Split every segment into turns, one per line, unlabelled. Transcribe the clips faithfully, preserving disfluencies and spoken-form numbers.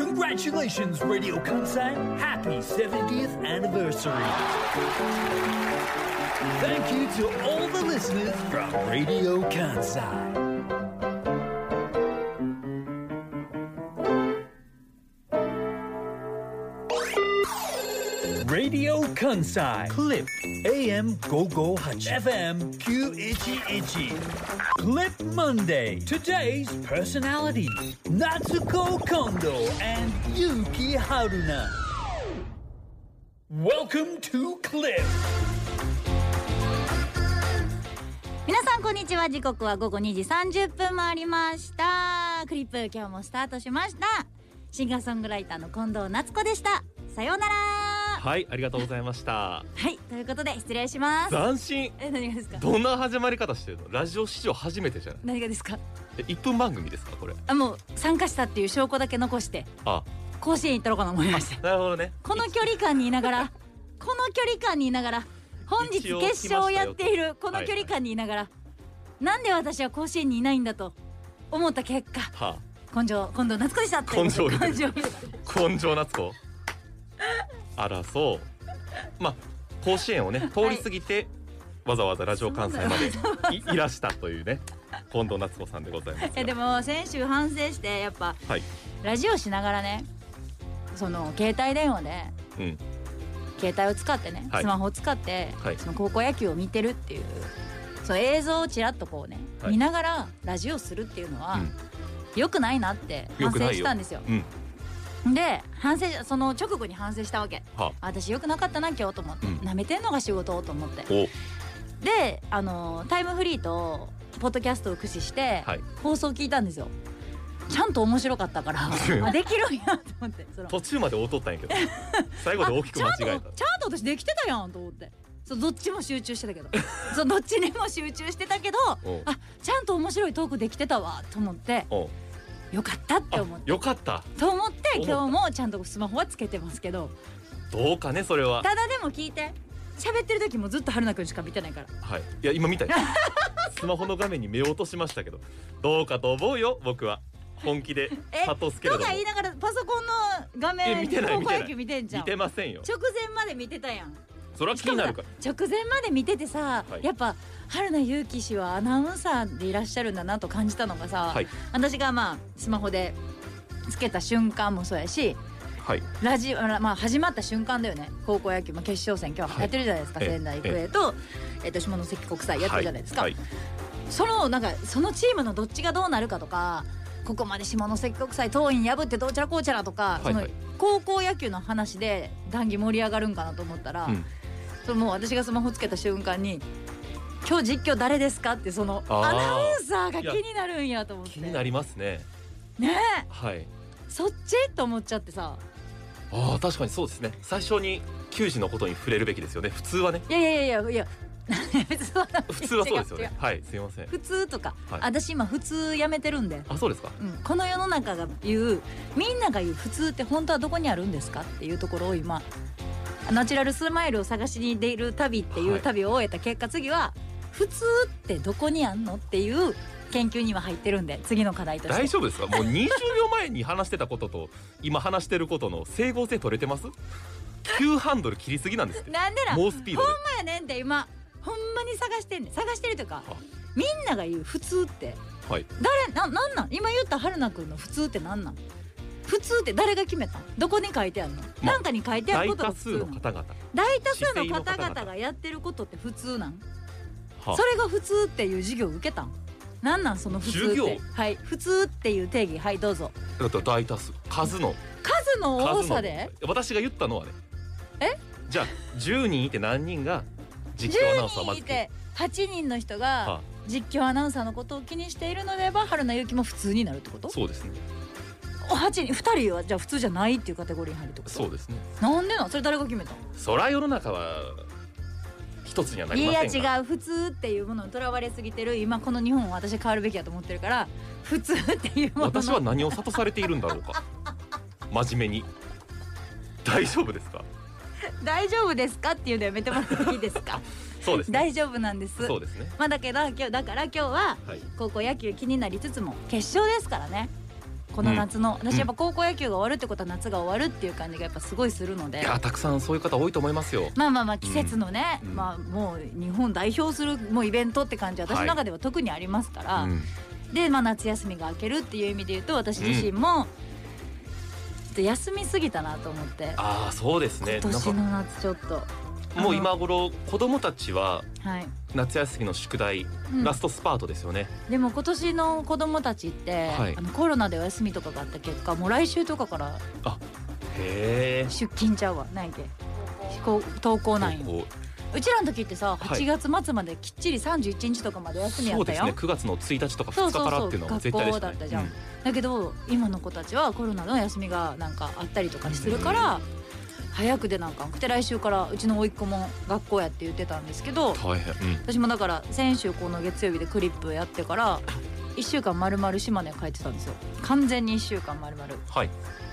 Congratulations, Radio Kansai. Happy seventieth anniversary. Thank you to all the listeners from Radio Kansai. Radio Kansai Clip エーエムごひゃくごじゅうはち エフエムきゅういちいち Clip Monday. Today's personality Natsuko Kondo and Yuki Haruna. Welcome to Clip.
皆さんこんにちは。時刻は午後にじさんじゅっぷん回りました。クリップ今日もスタートしました。シンガーソングライターの近藤夏子でした。さようなら。
はい、ありがとうございました。
はい、ということで失礼します。
斬新。
え、何がですか。
どんな始まり方してるの。ラジオ史上初めてじゃない。
何がですか。
え、いっぷん番組ですかこれ。
あ、もう参加したっていう証拠だけ残して
あ
甲子園行ったろうかな思いました。
なるほどね。
この距離感にいながらこの距離感にいながら本日決勝をやっているこの距離感にいながら、はいはい、なんで私は甲子園にいないんだと思った結果、はあ、根性近藤夏子でしたって。
根性
根性
根性夏子あらそう。まあ甲子園をね通り過ぎて、はい、わざわざラジオ関西まで い, いらしたというね近藤夏子さんでございます。
えでも先週反省してやっぱ、はい、ラジオしながらねその携帯電話で、うん、携帯を使ってね、はい、スマホを使って、はい、その高校野球を見てるっていうその映像をちらっとこうね、はい、見ながらラジオするっていうのは、うん、良くないなって反省したんですよ。で反省その直後に反省したわけ。はあ、私良くなかったな今日と思って、うん、舐めてんのが仕事と思って。であのタイムフリーとポッドキャストを駆使して、はい、放送聞いたんですよ。ちゃんと面白かったからあできるんやと思って。その途
中まで劣ったんやけど最後で大きく間違えた。ちゃんと
ちゃんと私できてたやんと思って。そうどっちも集中してたけどそうどっちにも集中してたけどあちゃんと面白いトークできてたわと思ってよかったって思って
よかった
と思って今日もちゃんとスマホはつけてますけど
どうかねそれは。
ただでも聞いて喋ってる時もずっと春菜くんしか見てないから。
はいいや今見たよスマホの画面に目を落としましたけどどうかと思うよ僕は本気で諭すけれども。
とか言いながらパソコンの画面
見てない見てない
見てんじゃん。
見てませんよ。
直前まで見てたやん。
それは気になるから
直前まで見ててさ、はい、やっぱ春名優紀氏はアナウンサーでいらっしゃるんだなと感じたのがさ、はい、私がまあスマホでつけた瞬間もそうやし、はい、ラジオ、まあ、始まった瞬間だよね。高校野球、まあ、決勝戦今日やってるじゃないですか、はい、仙台育英と、えっと、下関国際やってるじゃないですか、はいはい、そのなんかそのチームのどっちがどうなるかとかここまで下関国際桐蔭破ってどうちゃらこうちゃらとか、はいはい、その高校野球の話で談義盛り上がるんかなと思ったら、うんそのもう私がスマホつけた瞬間に今日実況誰ですかってそのアナウンサーが気になるんやと思って。
気になりますね。
ねえ、
はい、そ
っちと思っちゃってさ。
あ確かにそうですね。最初に球児のことに触れるべきですよね普通はね。
いやいやいやいや普通は
普通はそうですよね。はいすいません。
普通とか、はい、私今普通やめてるんで。
あそうですか、
うん、この世の中が言うみんなが言う普通って本当はどこにあるんですかっていうところを今ナチュラルスマイルを探しに出る旅っていう旅を終えた結果、はい、次は普通ってどこにあんのっていう研究には入ってるんで次の課題として。
大丈夫ですか。もうにじゅうびょうまえに話してたことと今話してることの整合性取れてます急ハンドル切りすぎなんですって。
なんでな
猛スピードで
ほんまやねんって今ほんまに探してんねん。探してるというかみんなが言う普通って、はい、誰な、なんなん今言った春菜くんの普通ってなんなん普通って誰が決めたん。どこに書いてあるの、ま、なんかに書いてあることが普通なの。
大多数の方々
大多数の方々がやってることって普通なん。それが普通っていう授業を受けたん。なんなんその普通って。授業はい普通っていう定義はいどうぞ。
だから大多数数の
数の多さで
私が言ったのはね
え
じゃあじゅうにんいて何人が実況アナウンサーをまず
じゅうにんいてはちにんの人が実況アナウンサーのことを気にしているのであれば春名優紀も普通になるってこと。
そうですね。
はちにんふたりはじゃあ普通じゃないっていうカテゴリーに入るってこと。
そうですね。
なんでなんそれ誰が決めたの。
そら世の中は一つにはなりませんが。
いや違う普通っていうものにとらわれすぎてる今この日本は私変わるべきだと思ってるから普通っていうものの
私は何を諭されているんだろうか真面目に大丈夫ですか
大丈夫ですかっていうのやめてもらっていいですか
そうですね。
大丈夫なんです。
そうですね。
まあだけど今日だから今日は高校野球気になりつつも決勝ですからね。 この夏の、うん、私やっぱ高校野球が終わるってことは夏が終わるっていう感じがやっぱすごいするので、
いやたくさんそういう方多いと思いますよ。
まあまあまあ季節のね、
うん、
まあもう日本代表するもうイベントって感じ私の中では特にありますから、はい、うん、でまあ夏休みが明けるっていう意味で言うと私自身も、うん、ちょっと休みすぎたなと思って。
ああそうですね。
今年の夏ちょっと
もう今頃子供たちは夏休みの宿題、はい、ラストスパートですよね、
うん、でも今年の子供たちって、はい、あのコロナでお休みとかがあった結果もう来週とかから
あへ
出勤ちゃうわ何やっけ登校なんよ。うちらの時ってさはちがつ末まできっちりさんじゅういちにちとかまで休みやったよ。
そうですねくがつのついたちとかふつかからっていうのは絶対でしたね。
学校だったじゃん、うん、だけど今の子たちはコロナの休みがなんかあったりとかするから、うん、早く出なんかんくて来週からうちの甥っ子も学校やって言ってたんですけど、
大変、うん、
私もだから先週この月曜日でクリップやってからいっしゅうかん丸々島根帰ってたんですよ。完全にいっしゅうかん丸々。
はい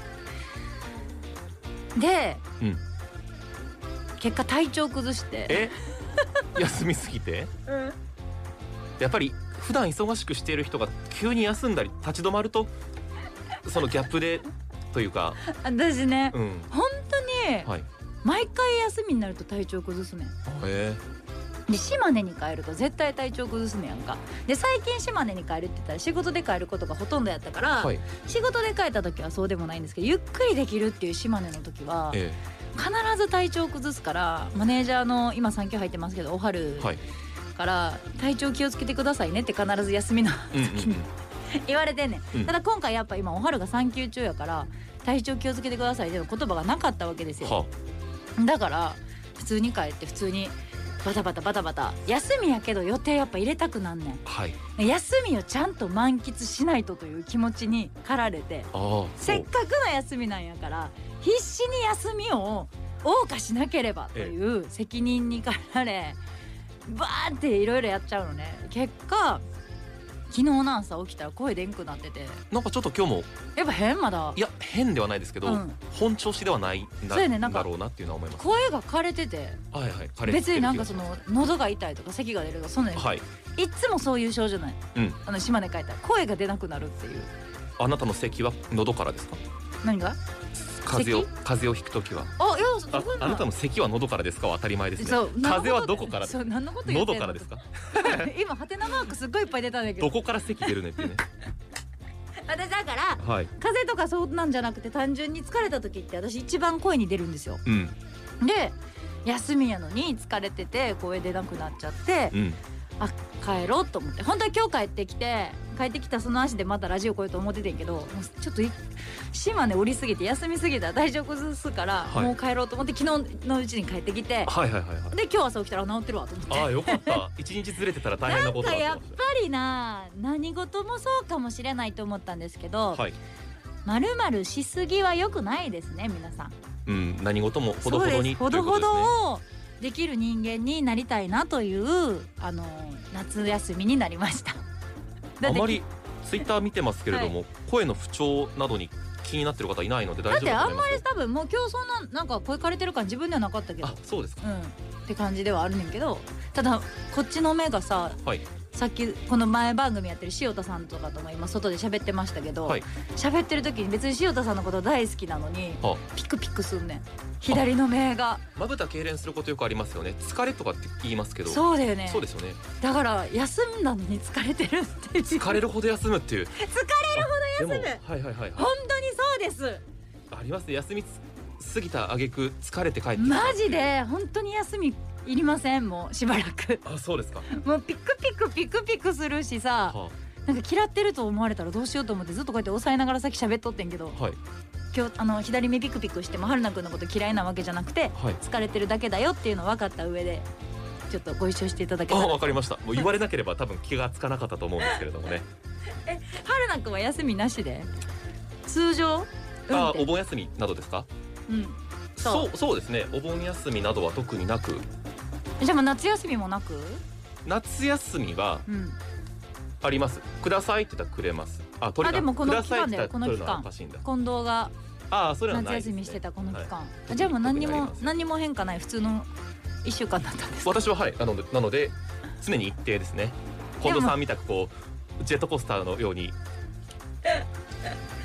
で、
うん、
結果体調崩して
え休みすぎて、
うん、
やっぱり普段忙しくしている人が急に休んだり立ち止まるとそのギャップでというか
私ね、
うん、
本当に、
はい、
毎回休みになると体調崩すねん。
へ
で島根に帰ると絶対体調崩すねやんか。で最近島根に帰るって言ったら仕事で帰ることがほとんどやったから、はい、仕事で帰った時はそうでもないんですけどゆっくりできるっていう島根の時は、ええ、必ず体調崩すからマネージャーの今産休入ってますけどおはるから体調気をつけてくださいねって必ず休みの時に言われてんねん、うん、ただ今回やっぱ今おはるが産休中やから体調気をつけてくださいっていう言葉がなかったわけですよ、はあ、だから普通に帰って普通にバタバタバタバタ休みやけど予定やっぱ入れたくなんねん、
はい、
休みをちゃんと満喫しないとという気持ちに駆られてせっかくの休みなんやから必死に休みを謳歌しなければという責任に駆られバーっていろいろやっちゃうのね。結果昨日の朝起きたら声でんくなってて
なんかちょっと今日も
やっぱ変まだ
いや変ではないですけど、うん、本調子ではないん だ,、ね、なんだろうなっていうのは思います。
声が枯れてて、
はいはい、枯れて
別になんかその喉が痛いとか咳が出るとかそんなに、はい、いつもそういう症状ない、うん、あの島根帰ったら声が出なくなるっていう。
あなたの咳は喉からですか？
何が？
風邪を風邪をひくときは
あいや
ああなたの咳は喉からですかは当たり前ですね。風邪はどこからですか？
何のこと言ってんの？
喉からですか？
今ハテナマークすっごいいっぱい出たんだけど
どこから咳出るねっていうね
私だから、はい、風邪とかそうなんじゃなくて単純に疲れた時って私一番声に出るんですよ、うん、で休みやのに疲れてて声出なくなっちゃって、うん、あ帰ろうと思って本当は今日帰ってきて帰ってきたその足でまたラジオ来ようと思っててんけどちょっと島根降りすぎて休みすぎたら体調崩すから、はい、もう帰ろうと思って昨日のうちに帰ってきて、
はいはいはいはい、
で今日朝起きたら治ってるわと思って。
ああよかった一日ずれてたら大変なことだった
なんかやっぱりな何事もそうかもしれないと思ったんですけど、はい、丸々しすぎは良くないですね皆さん。
うん、何事もほどほどに
ほどほどをできる人間になりたいなというあの夏休みになりました。
あまりツイッター見てますけれども、はい、声の不調などに気になってる方いないので大丈夫だと思いますよ。
だってあんまり多分もう今日そんななんか声枯れてる感自分ではなかったけど。
あそうですか、
うん、って感じではあるねんけどただこっちの目がさ、はい、さっきこの前番組やってる塩田さんとかとも今外で喋ってましたけど、はい、喋ってる時に別に塩田さんのこと大好きなのにピクピクすんねん左の目が。
まぶた痙攣することよくありますよね。疲れとかって言いますけど。
そうだよね。
そうですよね。
だから休んだのに疲れてるっていう
疲れるほど休むっていう疲れ
るほど休む
はいはいはい、はい、
本当にそうです。
あります。休み過ぎた挙句疲れて帰ってきた。
マジで本当に休みいりませんもうしばらく。
あそうですか。
もうピクピクピクピクするしさ、はあ、なんか嫌ってると思われたらどうしようと思ってずっとこうやって抑えながらさっき喋っとってんけど、はい、今日あの左目ピクピクしても春菜くんのこと嫌いなわけじゃなくて、はい、疲れてるだけだよっていうの分かった上でちょっとご一緒していただけたら。
あ分かりました。もう言われなければ多分気がつかなかったと思うんですけれどもね
え春菜くんは休みなしで通常
あお盆休みなどですか？
うん
そうそうそうですね。お盆休みなどは特になく。
じゃあ夏休みもなく？
夏休みは、うん、あります。くださいって言ったらくれます。あ、取れ
あでもこの期間だよ。この期間近藤が
あそれはない
夏休みしてたこの期間、はい、じゃあもう何にも何にも変化ない普通のいっしゅうかんだったんですか？
私ははいなのでなので常に一定ですね。近藤さんみたくこうジェットコースターのように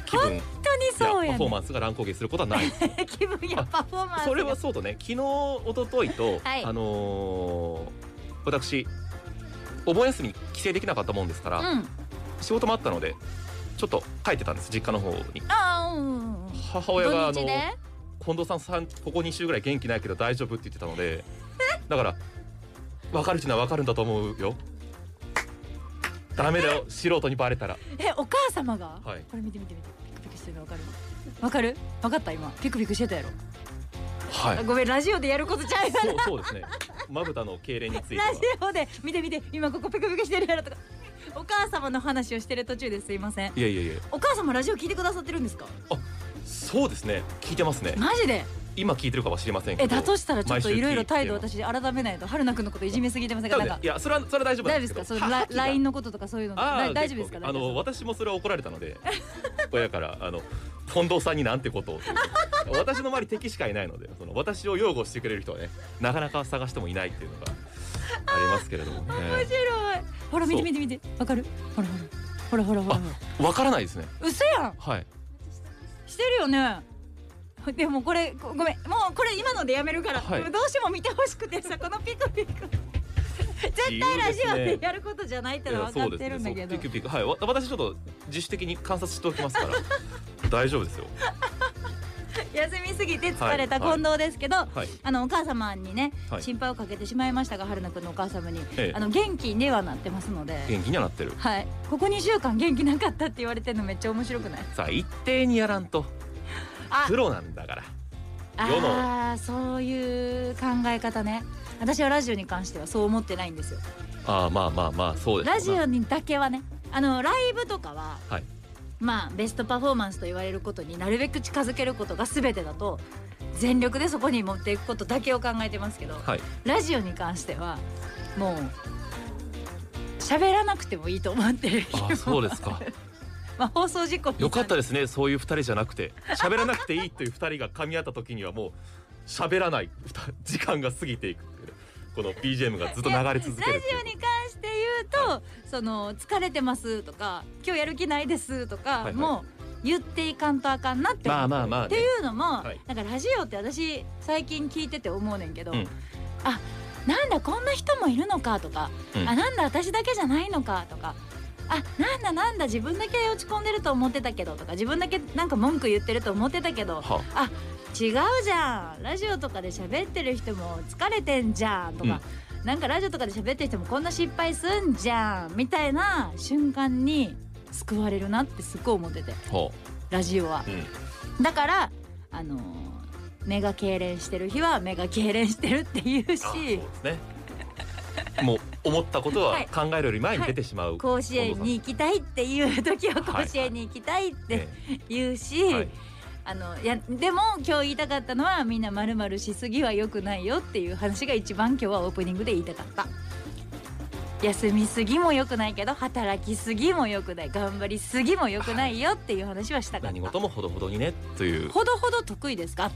気分
本当にそうやね
パフォーマンスが乱高下することはない
気分やパフォーマンスが
それはそうとね、昨日一昨日と、
はい、
あのー、私お盆休み帰省できなかったもんですから、うん、仕事もあったのでちょっと帰ってたんです、実家の方に。
あ、うん、
母親があの近藤さんさんここに週ぐらい元気ないけど大丈夫って言ってたのでだから分かる人は分かるんだと思うよ。ダメだよ素人にバレたら。
え、お母様が、はい、これ見て見て見て、ピクピクしてるの分かる分かる分かった、今ピクピクしてたやろ。はい、ごめん、ラジオでやることちゃうよな。
そうそうですね、まぶたの痙攣については
ラジオで見て見て、今ここピクピクしてるやろとかお母様の話をしてる途中ですいません。
いやいやいや、
お母様ラジオ聞いてくださってるんですか？
あ、そうですね、聞いてますね。
マジで？
今聞いてるかは知りませんけど。
え、だとしたらちょっといろいろ態度私改めないと。春菜くんのこといじめすぎてませんか？なんか
いや、それはそれは大丈夫なんですけど。
大丈夫ですか？その ライン のこととかそういうの大丈夫ですか？
あの私もそれは怒られたので親からあの近藤さんになんてことを私の周り敵しかいないので、その私を擁護してくれる人はねなかなか探してもいないっていうのがありますけれどもね。
面白い。ほら見て見て見て、わかる？ほらほらほらほらほらほら。
わからないですね。
嘘やん。
はい。
してるよね。でもこれごめん、もうこれ今のでやめるから、はい、どうしても見てほしくてさ、このピクピク絶対ラジオでやることじゃないってのは分かってるんだけど、
ね、ピクピク、はい、私ちょっと自主的に観察しておきますから大丈夫ですよ。
休みすぎて疲れた近藤ですけど、はいはい、あのお母様にね、はい、心配をかけてしまいましたが、春菜くんのお母様に、ええ、あの元気にはなってますので。
元気にはなってる。
はい。ここにしゅうかん元気なかったって言われてるのめっちゃ面白くない？
さあ一定にやらんと。プロなんだから。
世のああ、そういう考え方ね。私はラジオに関してはそう思ってないんですよ。
ああ、まあまあまあそうです。
ラジオにだけはね、あのライブとかは、はい、まあベストパフォーマンスと言われることになるべく近づけることが全てだと全力でそこに持っていくことだけを考えてますけど、はい、ラジオに関してはもう喋らなくてもいいと思ってる。
ああ、そうですか。
まあ放送事故
よかったですね。そういうふたりじゃなくて喋らなくていいというふたりが噛み合った時にはもう喋らない時間が過ぎていくっていう、この ビージーエム がずっと流れ続ける。
ラジオに関して言うと、はい、その疲れてますとか今日やる気ないですとか、はいはい、もう言っていかんとあかんなって思う、まあまあまあね、っていうのも、はい、なんかラジオって私最近聞いてて思うねんけど、うん、あ、なんだこんな人もいるのかとか、うん、あ、なんだ私だけじゃないのかとか、あ、なんだなんだ自分だけ落ち込んでると思ってたけどとか、自分だけなんか文句言ってると思ってたけど、はあ、違うじゃん、ラジオとかで喋ってる人も疲れてんじゃんとか、うん、なんかラジオとかで喋ってる人もこんな失敗すんじゃんみたいな瞬間に救われるなってすごい思ってて、ラジオは、うん、だからあのー、目が痙攣してる日は目が痙攣してるって言うし、そうですね
もう思ったことは考えるより前に出てしまう、はいはい、
甲子園に行きたいっていう時は甲子園に行きたいって言うし、はいはい、あのいやでも今日言いたかったのは、みんな丸々しすぎは良くないよっていう話が一番今日はオープニングで言いたかった。休みすぎも良くないけど働きすぎも良くない、頑張りすぎも良くないよっていう話はしたかった。
何事もほどほどにねという。
ほどほど得意ですか？ん？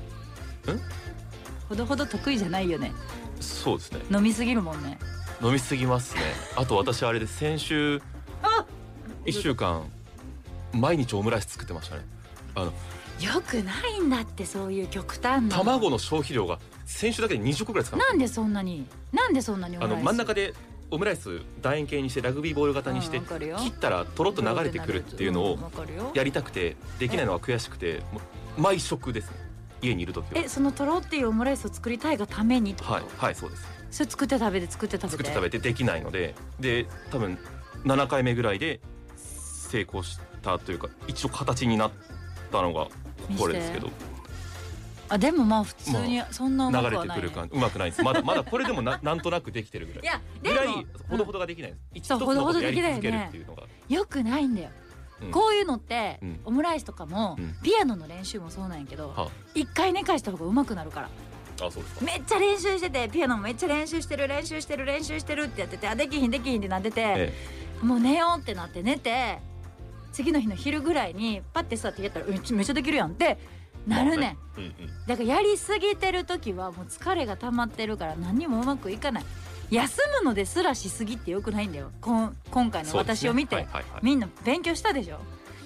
ほどほど得意じゃないよね。
そうですね。
飲みすぎるもんね。
飲みすぎますね。あと私あれで先週いっしゅうかん毎日オムライス作ってましたね。あの
よくないんだって、そういう極端な。
卵の消費量が先週だけでにじゅっこぐらい使う。
なんでそんなになんでそんなにオムライス。
あの真ん中でオムライス楕円形にしてラグビーボール型にして切ったらとろっと流れてくるっていうのをやりたくてできないのは悔しくて、毎食ですね、家にいる時は。
え、そのとろっていうオムライスを作りたいがためにってこと？
はいはい、そうです。
それ作って食べて作って食べて
作って食べてできないので、で多分ななかいめぐらいで成功したというか一応形になったのがこれですけど。
あ、でもまあ普通にそんなうまくはない、ね、
流れてくる感うまくないです。まだまだこれでも な, なんとなくできてるぐらい。いやでもぐらいほどほどができないです。うん、一つのことやり続けるっていうのが
よくないんだよ。うん、こういうのって、うん、オムライスとかも、うん、ピアノの練習もそうなんやけど、一、うん、回寝かした方がうまくなるから。
あ、そうですか。
めっちゃ練習してて、ピアノもめっちゃ練習してる練習してる練習してるってやってて、あ、できひんできひんってなってて、ええ、もう寝ようってなって寝て、次の日の昼ぐらいにパッて座ってやったらめっちゃめちゃできるやんってなるねん、まあね、うんうん、だからやりすぎてる時はもう疲れが溜まってるから何にもうまくいかない。休むのですらしすぎってよくないんだよ。こん今回の私を見て、ね、はいはいはい、みんな勉強したでしょ。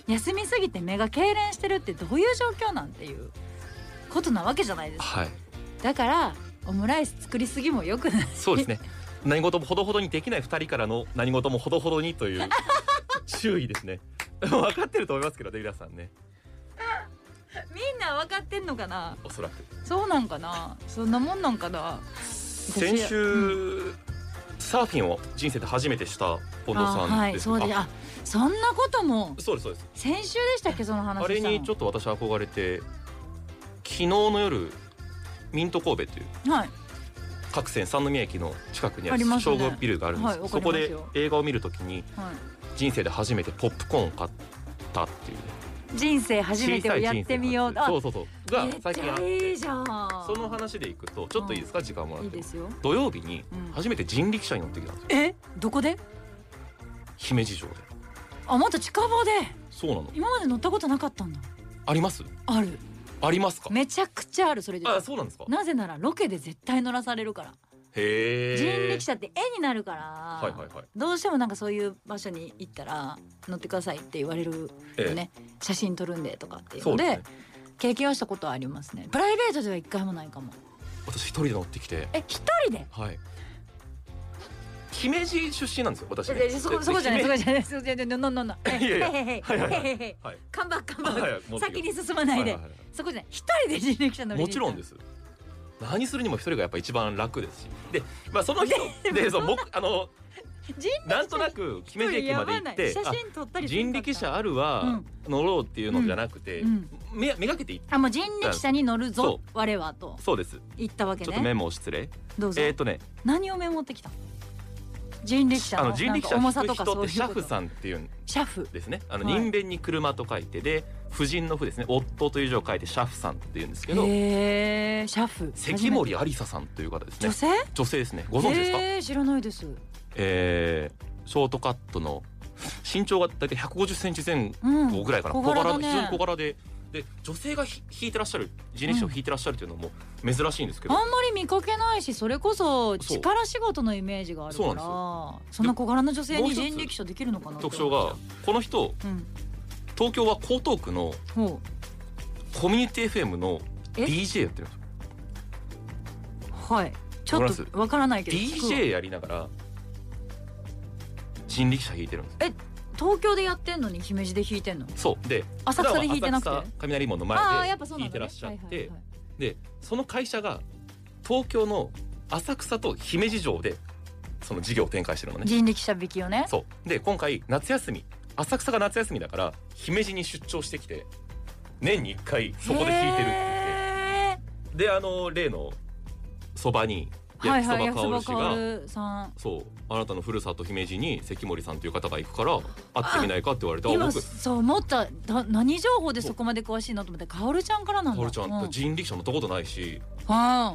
休みすぎて目が痙攣してるってどういう状況なんていうことなわけじゃないですか、はい、だからオムライス作りすぎもよくない。
そうですね。何事もほどほどにできないふたりからの何事もほどほどにという注意ですね。分かってると思いますけどね、皆さんね。
みんな分かってんのかな。
おそらく
そうなんかな、そんなもんなんかな。
先週、うん、サーフィンを人生で初めてした近藤さんです。
あ、はい、そうで、あ、そんなことも。
そうですそうです。
先週でしたっけ、その話。
あれにちょっと私憧れて、昨日の夜ミント神戸という、はい、各線三宮駅の近くにある商業ビルがあるんです、はい、そこで映画を見るときに、はい、人生で初めてポップコーンを買ったっていう、ね、
人生初めてをやってみよう。
そうそうそうが最近あって、
いいじゃん。
その話でいくとちょっといいですか、うん、時間もらって。いいですよ。土曜日に初めて人力車に乗ってきたんですよ、うん、え
どこで？
姫路城で。
あ、また近場で。
そうなの。
今まで乗ったことなかったんだ。
あります？あ
る。
ありますか？
めちゃくちゃある。それで。
あ、そうなんですか？
なぜならロケで絶対乗らされるから。
へー。
人力車って絵になるから、
はいはいはい、
どうしてもなんかそういう場所に行ったら乗ってくださいって言われるよね、えー、写真撮るんでとかっていうの で, で、ね、経験はしたことはありますね。プライベートでは一回もないかも。
私一人で乗ってきて。
え、一人で？
はい。姫路出身なんですよ私、
ね、そこそこじゃないそこじゃないそこじゃないのののの
いやいや
カンバッカンバッ先に進まないで、そこじゃない、一人で人力車乗りに行った。
もちろんです。何するにも一人がやっぱ一番楽ですし、で、まあ、その人でそうあのなんとなく姫路駅まで行って人力車あるわ、うん、乗ろうっていうのじゃなくて、うん、め, めがけて行った。
あ、もう人力車に乗るぞ我はと。
そうです。
行ったわけね。
ちょっとメモを失礼。
どうぞ。
えっとね、
何をメモってきた？人力車 の,
あの人力車
重さとか
そういうこと。シャフさんっていうん
シャフ
ですね。あの人弁に車と書いてで夫人の夫ですね、夫という字を書いてシャフさんって言うんですけど、
へー、シャフ。
関森有沙さんという方ですね。
女性？
女性ですね。ご存知ですか？
えー、知らないです。
えー、ショートカットの身長がだいたいひゃくごじゅっセンチ前後ぐらいかな、うん、小柄、ね、非常に小柄でで女性がひ引いてらっしゃる人力車を引いてらっしゃるというのも珍しいんですけど、
うん、あんまり見かけないし、それこそ力仕事のイメージがあるから、 そ, そんな小柄な女性に人力車できるのかな。
特徴がこの人、うん、東京は江東区のコミュニティ エフエム の ディージェー やってるんですよ。
はい、ちょっとわからないけど
ディージェー やりながら人力車引いてるんです。
え、東京でやってんのに姫路で引いてんの？そう
で、
浅草で引いてなくて、
浅草雷門の前で引いてらっしゃって、ね、はいはいはい、でその会社が東京の浅草と姫路城でその事業を展開してるのね。
人力車引きをね。
そうで、今回夏休み、浅草が夏休みだから姫路に出張してきて年にいっかいそこで引いてるって言って、であの例のそばに焼きそばかおる氏が、そうあなたのふるさと姫路に関森さんという方が行くから会ってみないかって言われた。
今そう思った。だ何情報でそこまで詳しいのと思って、かおるちゃんからなんだ。
かおるちゃん、うん、人力車乗ったことないし、
うん、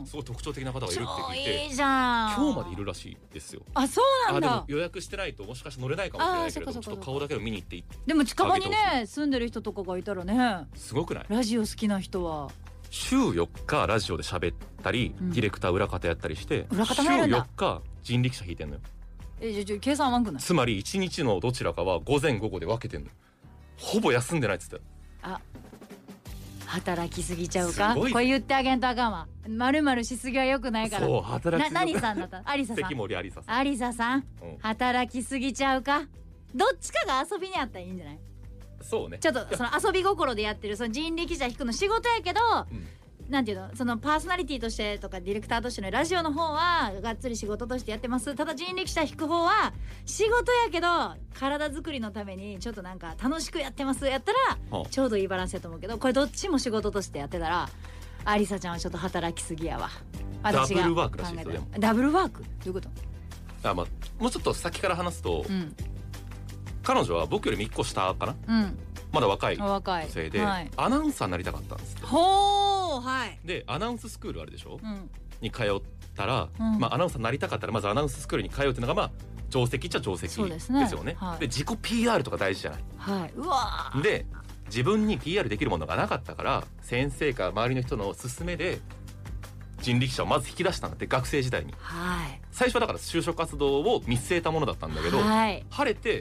すごい特徴的な方がいるって聞いて、
いいじゃん。
今日までいるらしいですよ。
あ、そうなんだ。
あ、でも予約してないともしかして乗れないかもしれないけれども、ちょっと顔だけを見に行っていって。
でも近場にね住んでる人とかがいたらね、
すごくない？
ラジオ好きな人は
週よっかラジオで喋ったり、うん、ディレクター裏方やったりして、
裏方もやるんだ。
週よっか人力車引いてんのよ。
え、じゃじゃ計算わんくない？
つまりいちにちのどちらかは午前午後で分けてんの。ほぼ休んでないっつって。
あ、働きすぎちゃうか。これ言ってあげんとあかんわ。まるまるしすぎは良くないから。
そう、働きすぎ。
な、何さんだった？有沙さん。
関森有沙さん。
有沙さん、うん、働きすぎちゃうか。どっちかが遊びにあったらいいんじゃない？
そうね。
ちょっとその遊び心でやってるその人力車引くの仕事やけど、うん、なんていうの、そのパーソナリティとしてとかディレクターとしてのラジオの方はがっつり仕事としてやってます。ただ人力車引く方は仕事やけど体作りのためにちょっとなんか楽しくやってますやったらちょうどいいバランスやと思うけど、これどっちも仕事としてやってたら有沙ちゃんはちょっと働きすぎやわ。
私がダブルワークらしいですよ。でも
ダブルワークどういうこと？
あ、まあ、もうちょっと先から話すと、うん、彼女は僕よりみっこ下かな、うん、まだ若い女性で、はい、アナウンサーになりたかったんですって。
ほー、はい。
でアナウンススクールあるでしょ、うん、に通ったら、うん、まあ、アナウンサーになりたかったらまずアナウンススクールに通うっていうのがまあ定石っちゃ定石ですよね。ですね、はい、で自己 ピーアール とか大事じゃない、
はい、うわー。
で自分に ピーアール できるものがなかったから先生か周りの人の勧めで人力車をまず引き出したんだって、学生時代に、はい、最初はだから就職活動を見据えたものだったんだけど、はい、晴れて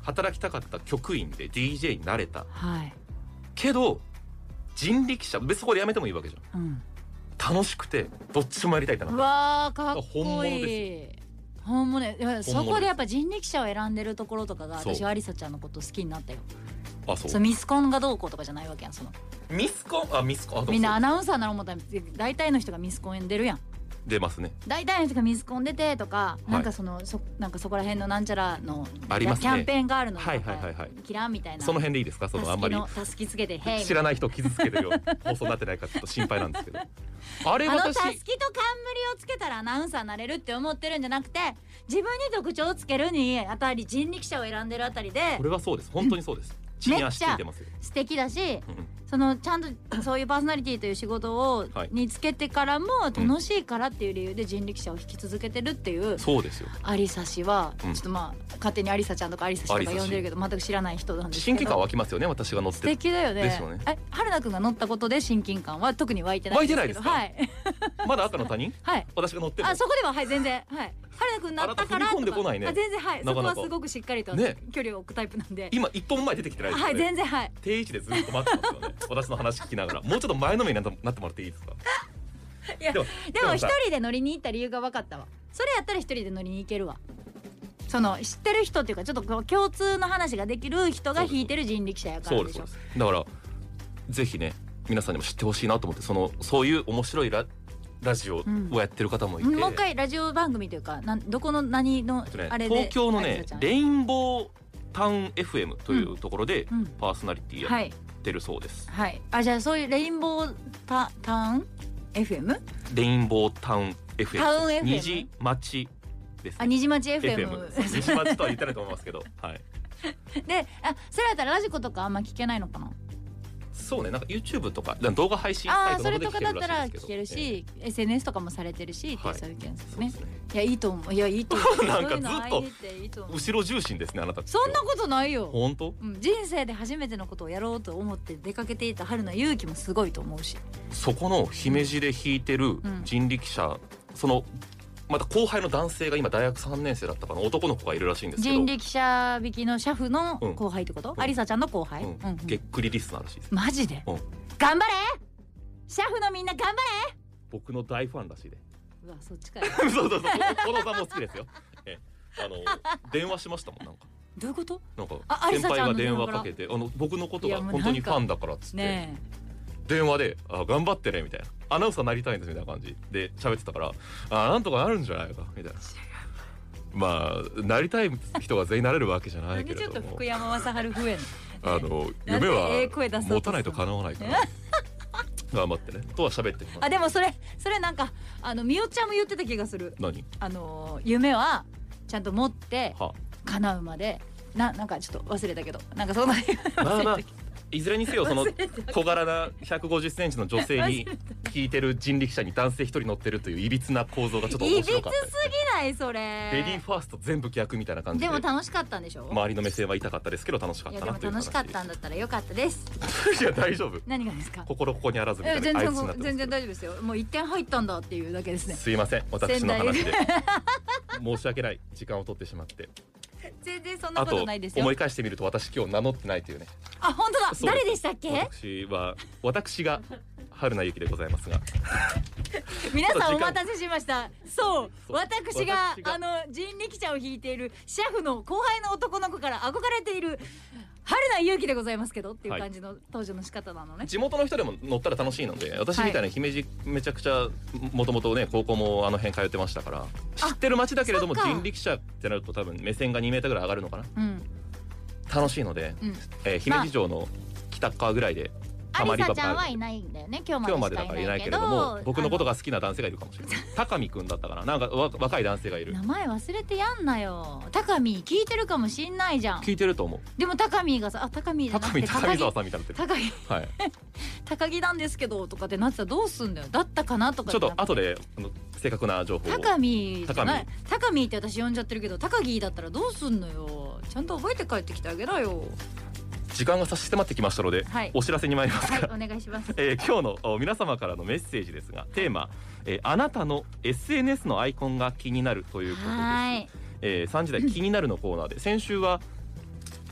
働きたかった局員で ディージェー になれた、
はい、
けど人力車別にそこでやめてもいいわけじゃん、うん、楽しくてどっちもやりたいってなった。
うわーかっこいい。
本物ですよ。
本物。いやそこでやっぱ人力車を選んでるところとかが私はアリサちゃんのこと好きになったよ。
あ、そう。
そうミスコンがどうこうとかじゃないわけやん。その
ミスコン、あミスコン、
みんなアナウンサーなら思ったら大体の人がミスコン出るやん。
出ますね。
大体の人がミスコン出てとか、はい、なんかそのそなんかそこら辺のなんちゃらの
ありますね、
キャンペーンがあるのとか、
はいはいはいはい、
キランみたいな。
その辺でいいですか。そのあんまり
たすきつけてヘイ
知らない人を傷つけてるよ放送になってないかちょっと心配なんですけどあれ私
あのたすきと冠をつけたらアナウンサーになれるって思ってるんじゃなくて、自分に特徴をつけるにあたり人力車を選んでるあたりで、
これはそうです。本当にそうです。地に足ついてますよ。
素敵だし、
うん、
そのちゃんとそういうパーソナリティという仕事を、はい、につけてからも楽しいからっていう理由で人力車を引き続けてるっていう。
そうですよ。
アリサ氏は、うん、ちょっとまあ勝手にアリサちゃんとかアリサ氏とか呼んでるけど全く知らない人なんですけど、
親近感湧きますよね。私が乗って
素敵だよね。
ですよね。
え、春菜くんが乗ったことで親近感は特に湧いてないんですけど。
湧いてないですか。はい。まだ赤の他人？
はい。
私が乗ってる。
あ、そこでははい全然はい。春菜くんなったからとか。
踏み込んでこないね。
あ、全然はい。
なかなか
そこはすごくしっかりと、
ね、
距離を置くタイプなんで。
今一本前出てきてないですよね。
はい、全然はい。
定位置でずっと待ってますよね。私の話聞きながら、もうちょっと前のめりになってもらっていいですか。
いやでもでも一人で乗りに行った理由が分かったわ。それやったら一人で乗りに行けるわ。その知ってる人っていうかちょっと共通の話ができる人が引いてる人力車やからでしょ。そうですそうです。だ
からぜひね皆さんにも知ってほしいなと思って、そのそういう面白いララジオをやってる方もいて、うん、
もう一回ラジオ番組というかなんどこの何の、ね、あれで
東京のねレインボータウン エフエム というところでパーソナリティやってるそうです、
はいはい、あ、じゃあそういうレインボー タ, タウン エフエム
レインボータウン エフエム
タウン エフエム
虹町です、ね、
あ、虹町 エフエム, エフエム
虹町とは言ってないと思いますけどはい
で、あ、それやったらラジコとかあんま聞けないのかな。
そうね、なんか YouTube とか動画配信サイトなどで聞けるらしいですけど、あ、それとかだったら聞けるし、
ええ、エスエヌエス とかもされてるし、
はい、
っていうそういう件ですね。いやいいと思う。いやいいと思う。
なんかずっと後ろ重心ですねあなた。
そんなことないよ。
本当？
うん、人生で初めてのことをやろうと思って出かけていた春の勇気もすごいと思うし。
そこの姫路で引いてる人力車、うん、そのまた後輩の男性が今大学さんねん生だったかな、男の子がいるらしいんですけど、
人力車引きの車夫の後輩ってこと？うん、アリサちゃんの後輩？うん
うん、げっくりリスナーらしいです。
マジで？
うん、
頑張れ！車夫のみんな頑張れ！
僕の大ファンらしいで。
うわ、そっちかよ。
そうそうそう。このさんも好きですよ。え、あの電話しましたもんなんか。
どういうこと？
なんか先輩が電話かけて、あの僕のことが本当にファンだからっつって。ね電話であ頑張ってねみたいな、アナウンサーなりたいんですみたいな感じで喋ってたから、あなんとかなるんじゃないかみたいな。まあなりたい人が全員なれるわけじゃないけれども、
ちょっと福山雅治風やね
あの夢は持たないと叶わないから頑張ってねとは喋ってる。
あ、でもそれそれなんかあのみおちゃんも言ってた気がする。
何？あ
の夢はちゃんと持って叶うまでな、なんかちょっと忘れたけど、なんかそんな忘れたけど
いずれにせよその小柄なひゃくごじゅっセンチの女性に引いてる人力車に男性一人乗ってるといういびつな構造がちょっと面白かったです、ね、
いびつすぎないそれ。
レディーファースト全部逆みたいな感じで。
でも楽しかったんでしょ。
周りの目線は痛かったですけど楽しかったなという話。いやでも
楽しかったんだったらよかったです
いや大丈夫。
何がですか。
心ここにあらずみたいな。
全然全然大丈夫ですよ。もういってん入ったんだっていうだけですね。
すいません私の話で申し訳ない時間を取ってしまって
全然そんなことないですよ。
あと思い返してみると私今日名乗ってないというね。
あ、本当だ。誰でしたっけ。
私は私が春名由紀でございますが
皆さんお待たせしました。そう私があの人力車を引いている車夫の後輩の男の子から憧れている春名由紀でございますけどっていう感じの登場の仕方なのね、はい、
地元の人でも乗ったら楽しいので、私みたいな姫路めちゃくちゃもともとね高校もあの辺通ってましたから知ってる街だけれども人力車ってなると多分目線がにメーターぐらい上がるのかな、うん、楽しいので、うんえー、姫路城の北側ぐらいで、まあ
アリサちゃんはいないんだよね。今日までしかいないけど、今日までだからいないけれども
僕のことが好きな男性がいるかもしれない高見くんだったかな、なんか若い男性がいる。
名前忘れてやんなよ。高見聞いてるかもしんないじゃん。
聞いてると思う。
でも高見がさ、あ高見じゃなくて
高見高見沢さんみたいになってる。
高木、はい、高木なんですけどとかってなってたらどうすんだよ。だったかなとか。
ちょっと後であの正確な情報を。
高見じゃない。高見って私呼んじゃってるけど高木だったらどうすんのよ。ちゃんと覚えて帰ってきてあげなよ。
時間が差し迫ってきましたので、はい、お知らせに参りますから、
はい、お願いします、
えー、今日の皆様からのメッセージですが、テーマ、えー、あなたの エスエヌエス のアイコンが気になるということです。えー、さんじ台気になるのコーナーで先週は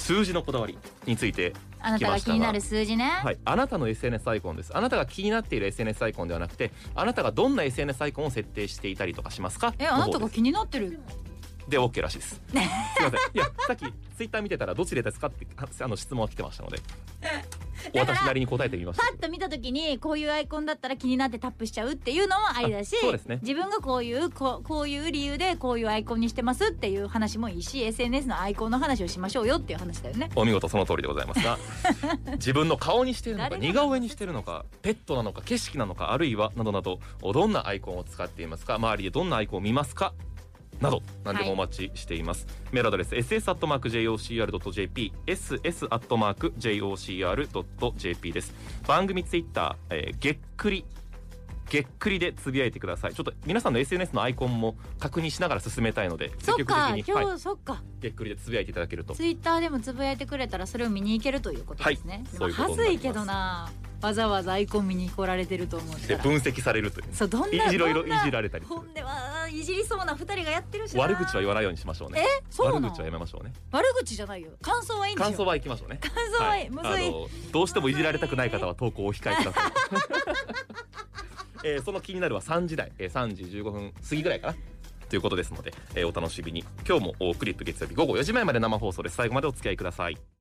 数字のこだわりについて
あなたが気になる数字ね。
はい、あなたの エスエヌエス アイコンです。あなたが気になっている エスエヌエス アイコンではなくて、あなたがどんな エスエヌエス アイコンを設定していたりとかしますか。
え、あなたが気になってる
で OK らしいです。すいません。いやさっきツイッター見てたらどちらですかってあの質問が来てましたので私なりに答えてみました。
パッと見た時にこういうアイコンだったら気になってタップしちゃうっていうのもありだし、
そうですね、
自分がこういうこう、こういう理由でこういうアイコンにしてますっていう話もいいし、 エスエヌエス のアイコンの話をしましょうよっていう話だよね。
お見事その通りでございますが自分の顔にしているのか似顔絵にしているのかペットなのか景色なのかあるいはなどなどどんなアイコンを使っていますか、周りでどんなアイコンを見ますかなど何でもお待ちしています、はい、メールアドレス エスエス アットマーク ジェイオーシーアール ドット ジェーピー エスエス アットマーク ジェイオーシーアール ドット ジェーピー です。番組ツイッター、えー、げっくりげっくりでつぶやいてください。ちょっと皆さんの エスエヌエス のアイコンも確認しながら進めたいので
積極的に今日、
はい、
そっか
げっくりでつぶやいていただけると、
ツイッターでもつぶやいてくれたらそれを見に行けるということですね、はい、はずいけどな、わざわざアイコン見に来られてると思って
で分析されるという、
そうどんない
ろいろいじられたりする。
ほんではいじりそうなふたりがやってるしな。
悪口は言わないようにしましょうね。
え、そうなの？
悪口はやめましょうね。
悪口じゃないよ、感想はいいんですよ。
感想は行きましょうね。
感想はいい、はい、むずい。
あのどうしてもいじられたくない方は投稿をお控えくださいえー、その気になるはさんじ台、えー、さんじじゅうごふん過ぎぐらいかなということですので、えー、お楽しみに。今日もクリップ月曜日午後よじまえまで生放送です。最後までお付き合いください。